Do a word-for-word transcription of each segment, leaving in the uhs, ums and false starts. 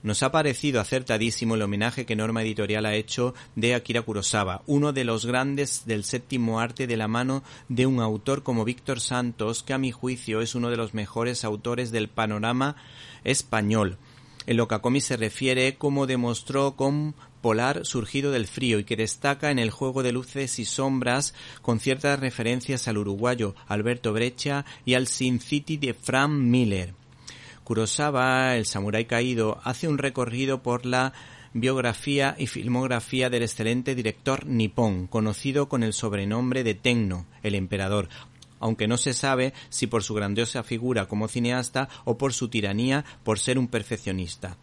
Nos ha parecido acertadísimo el homenaje que Norma Editorial ha hecho de Akira Kurosawa, uno de los grandes del séptimo arte, de la mano de un autor como Víctor Santos, que a mi juicio es uno de los mejores autores del panorama español. En lo que a cómic se refiere, como demostró con Polar surgido del frío, y que destaca en el juego de luces y sombras con ciertas referencias al uruguayo Alberto Breccia y al Sin City de Frank Miller. Kurosawa, el samurái caído, hace un recorrido por la biografía y filmografía del excelente director nipón, conocido con el sobrenombre de Tenno, el emperador, aunque no se sabe si por su grandiosa figura como cineasta o por su tiranía por ser un perfeccionista.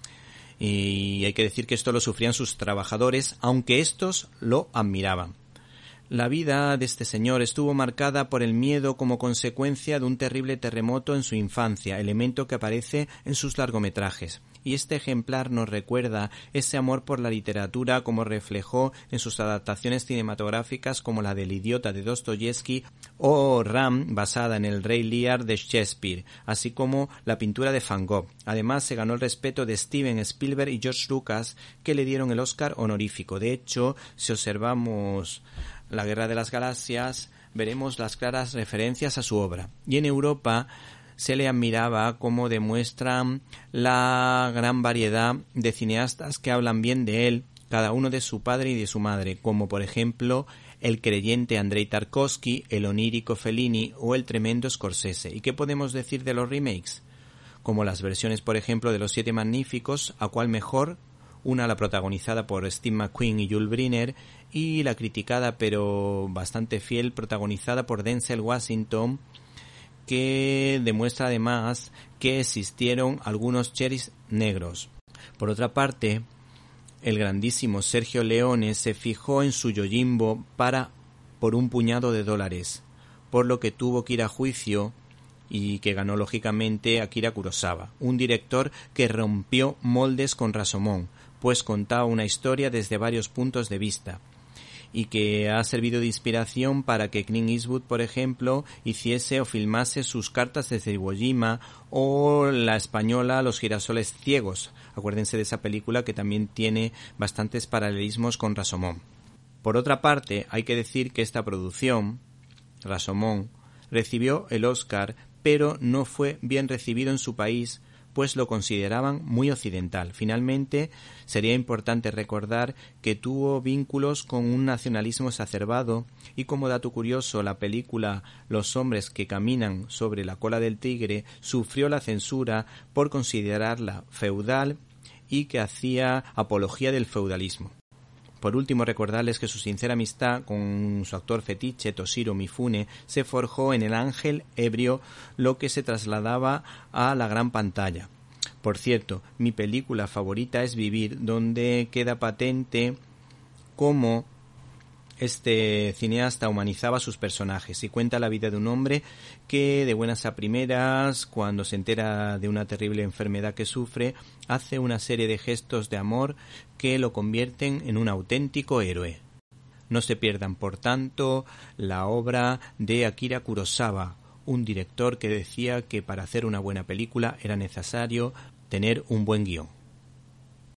Y hay que decir que esto lo sufrían sus trabajadores, aunque estos lo admiraban. La vida de este señor estuvo marcada por el miedo como consecuencia de un terrible terremoto en su infancia, elemento que aparece en sus largometrajes. Y este ejemplar nos recuerda ese amor por la literatura como reflejó en sus adaptaciones cinematográficas como la del Idiota de Dostoyevsky o Ram, basada en el Rey Lear de Shakespeare, así como la pintura de Van Gogh. Además, se ganó el respeto de Steven Spielberg y George Lucas, que le dieron el Oscar honorífico. De hecho, si observamos La Guerra de las Galaxias, veremos las claras referencias a su obra. Y en Europa se le admiraba como demuestran la gran variedad de cineastas que hablan bien de él, cada uno de su padre y de su madre, como por ejemplo el creyente Andrei Tarkovsky, el onírico Fellini o el tremendo Scorsese. ¿Y qué podemos decir de los remakes? Como las versiones, por ejemplo, de Los Siete Magníficos, a cuál mejor, una la protagonizada por Steve McQueen y Yul Brynner, y la criticada pero bastante fiel protagonizada por Denzel Washington, que demuestra además que existieron algunos cherries negros. Por otra parte, el grandísimo Sergio Leone se fijó en su Yojimbo para por un puñado de dólares, por lo que tuvo que ir a juicio y que ganó lógicamente Akira Kurosawa, un director que rompió moldes con Rashomon, pues contaba una historia desde varios puntos de vista, y que ha servido de inspiración para que Clint Eastwood, por ejemplo, hiciese o filmase sus cartas desde Iwo Jima, o la española Los girasoles ciegos. Acuérdense de esa película que también tiene bastantes paralelismos con Rashomon. Por otra parte, hay que decir que esta producción, Rashomon, recibió el Oscar, pero no fue bien recibido en su país, pues lo consideraban muy occidental. Finalmente, sería importante recordar que tuvo vínculos con un nacionalismo exacerbado, y como dato curioso, la película Los hombres que caminan sobre la cola del tigre sufrió la censura por considerarla feudal y que hacía apología del feudalismo. Por último, recordarles que su sincera amistad con su actor fetiche Toshiro Mifune se forjó en El ángel ebrio, lo que se trasladaba a la gran pantalla. Por cierto, mi película favorita es Vivir, donde queda patente cómo este cineasta humanizaba sus personajes y cuenta la vida de un hombre que de buenas a primeras, cuando se entera de una terrible enfermedad que sufre, hace una serie de gestos de amor que lo convierten en un auténtico héroe. No se pierdan, por tanto, la obra de Akira Kurosawa, un director que decía que para hacer una buena película era necesario tener un buen guión.